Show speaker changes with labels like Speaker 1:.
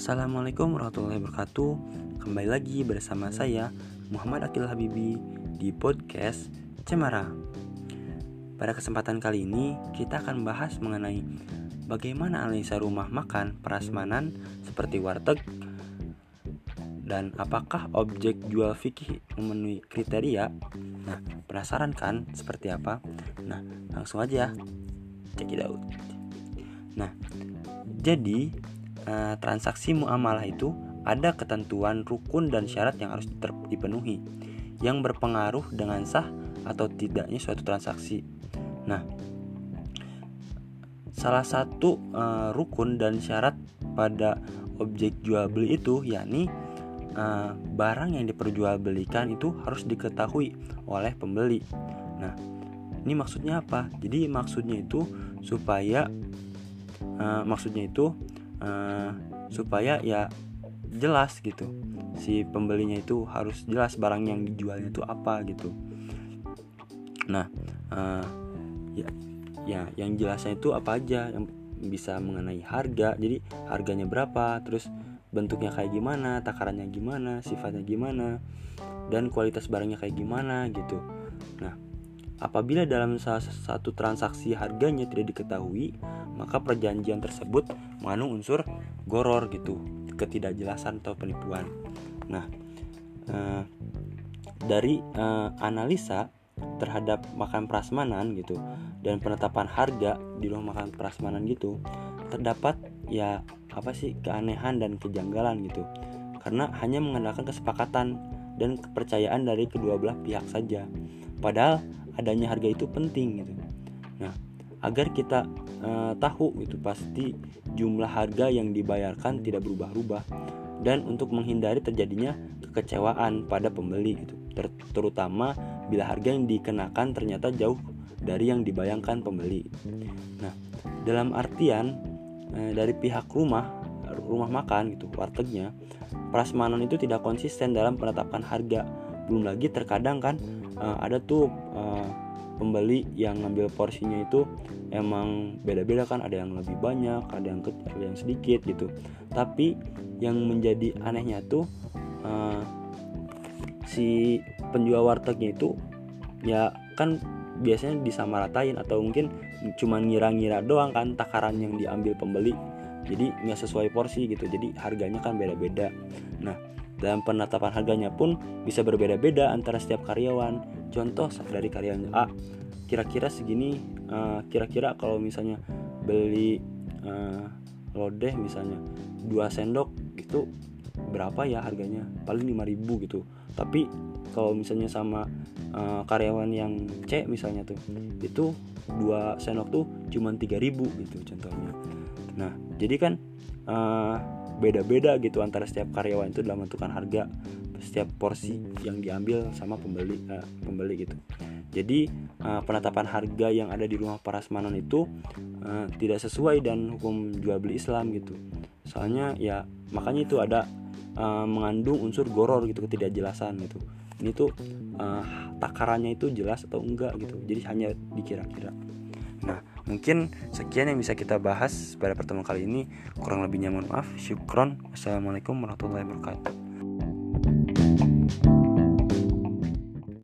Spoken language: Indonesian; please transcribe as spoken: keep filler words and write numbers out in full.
Speaker 1: Assalamualaikum warahmatullahi wabarakatuh. Kembali lagi bersama saya Muhammad Akil Habibi di podcast Cemara. Pada kesempatan kali ini kita akan bahas mengenai bagaimana analisa rumah makan prasmanan seperti warteg, dan apakah objek jual fikih memenuhi kriteria. Nah, penasaran kan seperti apa? Nah, langsung aja check it out. Nah, jadi Uh, transaksi muamalah itu ada ketentuan rukun dan syarat yang harus ter- dipenuhi yang berpengaruh dengan sah atau tidaknya suatu transaksi. Nah, salah satu uh, rukun dan syarat pada objek jual beli itu yakni uh, barang yang diperjualbelikan itu harus diketahui oleh pembeli. Nah, ini maksudnya apa? Jadi maksudnya itu supaya uh, maksudnya itu Uh, supaya ya jelas gitu, si pembelinya itu harus jelas barang yang dijualnya itu apa gitu. Nah, uh, ya, ya yang jelasnya itu apa aja, yang bisa mengenai harga, jadi harganya berapa, terus bentuknya kayak gimana, takarannya gimana, sifatnya gimana, dan kualitas barangnya kayak gimana gitu. Nah, apabila dalam salah satu transaksi harganya tidak diketahui, maka perjanjian tersebut mengandung unsur gharar gitu, ketidakjelasan atau penipuan. Nah, eh, dari eh, analisa terhadap makan prasmanan gitu dan penetapan harga di rumah makan prasmanan gitu, terdapat ya apa sih keanehan dan kejanggalan gitu, karena hanya mengandalkan kesepakatan dan kepercayaan dari kedua belah pihak saja, padahal adanya harga itu penting gitu. Nah, agar kita uh, tahu itu pasti jumlah harga yang dibayarkan tidak berubah-ubah, dan untuk menghindari terjadinya kekecewaan pada pembeli gitu, Ter- terutama bila harga yang dikenakan ternyata jauh dari yang dibayangkan pembeli. Nah, dalam artian uh, dari pihak rumah rumah makan gitu, wartegnya, prasmanan itu tidak konsisten dalam penetapan harga. Belum lagi terkadang kan uh, ada tuh uh, pembeli yang ngambil porsinya itu emang beda-beda kan, ada yang lebih banyak, ada yang kecil, ada yang sedikit gitu. Tapi yang menjadi anehnya tuh uh, si penjual wartegnya itu ya kan biasanya disamaratain atau mungkin cuma ngira-ngira doang kan takaran yang diambil pembeli, jadi nggak sesuai porsi gitu, jadi harganya kan beda-beda. Nah, dalam penetapan harganya pun bisa berbeda-beda antara setiap karyawan. Contoh dari karyawan A, kira-kira segini, uh, kira-kira kalau misalnya beli uh, lodeh misalnya dua sendok itu berapa ya harganya, paling lima ribu gitu. Tapi kalau misalnya sama uh, karyawan yang C misalnya tuh, itu dua sendok tuh cuma tiga ribu gitu contohnya. Nah, jadi kan uh, beda-beda gitu antara setiap karyawan itu dalam menentukan harga setiap porsi yang diambil sama pembeli uh, pembeli gitu. Jadi uh, penetapan harga yang ada di rumah prasmanan itu uh, tidak sesuai dan hukum jual beli Islam gitu. Soalnya ya makanya itu ada uh, mengandung unsur gharar gitu, ketidakjelasan gitu. Ini tuh uh, takarannya itu jelas atau enggak gitu. Jadi hanya dikira-kira. Nah, mungkin sekian yang bisa kita bahas pada pertemuan kali ini. Kurang lebihnya mohon maaf. Syukron. Wassalamualaikum warahmatullahi wabarakatuh.